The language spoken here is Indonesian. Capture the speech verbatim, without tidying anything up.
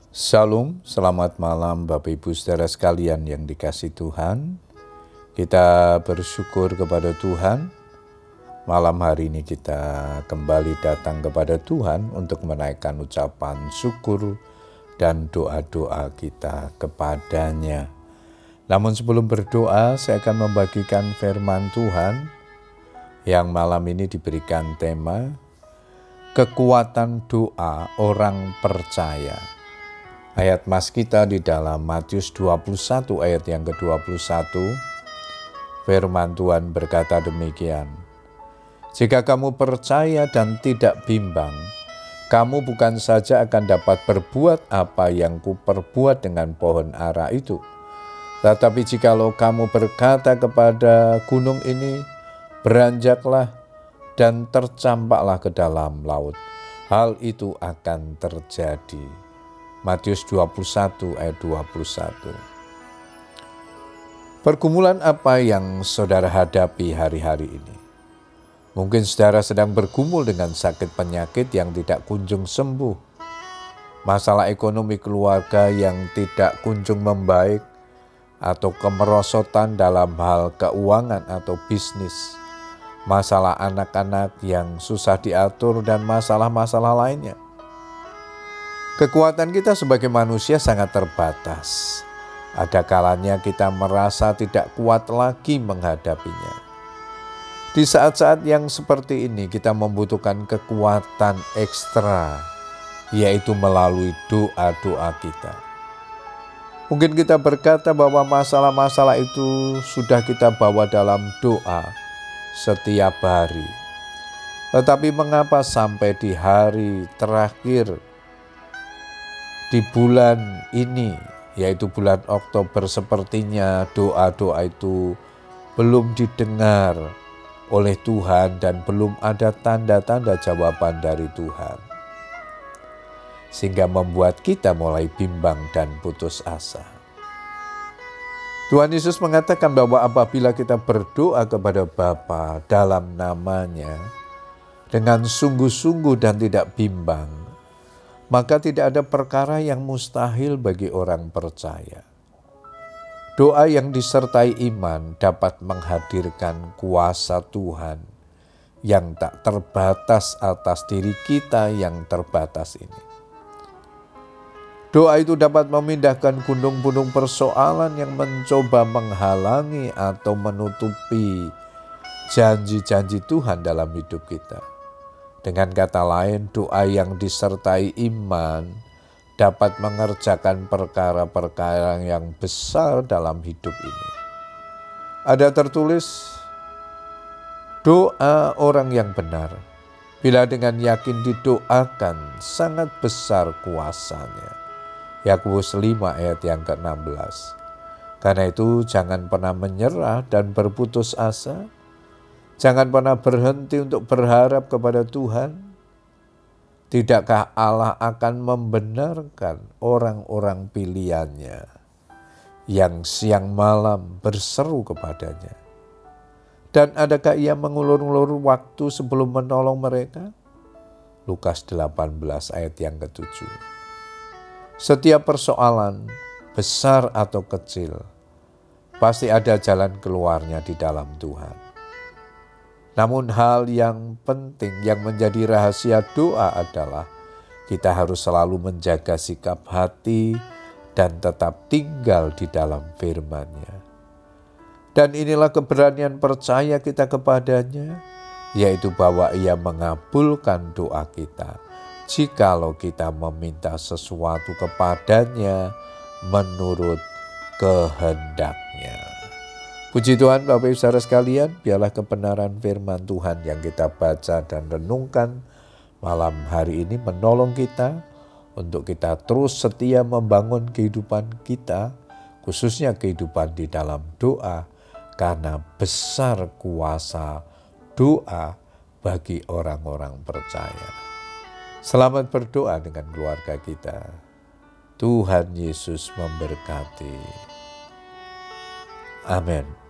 Shalom, selamat malam Bapak Ibu saudara sekalian yang dikasihi Tuhan. Kita bersyukur kepada Tuhan. Malam hari ini kita kembali datang kepada Tuhan untuk menaikkan ucapan syukur dan doa-doa kita kepadanya. Namun sebelum berdoa, saya akan membagikan firman Tuhan yang malam ini diberikan tema kekuatan doa orang percaya. Ayat mas kita di dalam Matius dua puluh satu ayat yang ke dua puluh satu, firman Tuhan berkata demikian. Jika kamu percaya dan tidak bimbang, kamu bukan saja akan dapat berbuat apa yang kuperbuat dengan pohon ara itu. Tetapi jikalau kamu berkata kepada gunung ini, beranjaklah dan tercampaklah ke dalam laut, hal itu akan terjadi. Matius dua puluh satu ayat dua puluh satu. Pergumulan apa yang saudara hadapi hari-hari ini? Mungkin saudara sedang bergumul dengan sakit penyakit yang tidak kunjung sembuh. Masalah ekonomi keluarga yang tidak kunjung membaik, atau kemerosotan dalam hal keuangan atau bisnis. Masalah anak-anak yang susah diatur dan masalah-masalah lainnya. Kekuatan kita sebagai manusia sangat terbatas. Ada kalanya kita merasa tidak kuat lagi menghadapinya. Di saat-saat yang seperti ini kita membutuhkan kekuatan ekstra, yaitu melalui doa-doa kita. Mungkin kita berkata bahwa masalah-masalah itu sudah kita bawa dalam doa setiap hari. Tetapi mengapa sampai di hari terakhir di bulan ini, yaitu bulan Oktober, sepertinya doa-doa itu belum didengar oleh Tuhan dan belum ada tanda-tanda jawaban dari Tuhan. Sehingga membuat kita mulai bimbang dan putus asa. Tuhan Yesus mengatakan bahwa apabila kita berdoa kepada Bapa dalam namanya dengan sungguh-sungguh dan tidak bimbang, maka tidak ada perkara yang mustahil bagi orang percaya. Doa yang disertai iman dapat menghadirkan kuasa Tuhan yang tak terbatas atas diri kita yang terbatas ini. Doa itu dapat memindahkan gunung-gunung persoalan yang mencoba menghalangi atau menutupi janji-janji Tuhan dalam hidup kita. Dengan kata lain, doa yang disertai iman dapat mengerjakan perkara-perkara yang besar dalam hidup ini. Ada tertulis, doa orang yang benar, bila dengan yakin didoakan, sangat besar kuasanya. Yakobus lima ayat yang ke enam belas. Karena itu jangan pernah menyerah dan berputus asa. Jangan pernah berhenti untuk berharap kepada Tuhan. Tidakkah Allah akan membenarkan orang-orang pilihannya yang siang malam berseru kepadanya? Dan adakah ia mengulur-ulur waktu sebelum menolong mereka? Lukas delapan belas ayat yang ketujuh. Setiap persoalan, besar atau kecil, pasti ada jalan keluarnya di dalam Tuhan. Namun hal yang penting yang menjadi rahasia doa adalah kita harus selalu menjaga sikap hati dan tetap tinggal di dalam firman-Nya. Dan inilah keberanian percaya kita kepadanya, yaitu bahwa Ia mengabulkan doa kita jikalau kita meminta sesuatu kepadanya menurut kehendak-Nya. Puji Tuhan Bapak Ibu saudara sekalian, biarlah kebenaran firman Tuhan yang kita baca dan renungkan malam hari ini menolong kita untuk kita terus setia membangun kehidupan kita, khususnya kehidupan di dalam doa, karena besar kuasa doa bagi orang-orang percaya. Selamat berdoa dengan keluarga kita. Tuhan Yesus memberkati. Amin.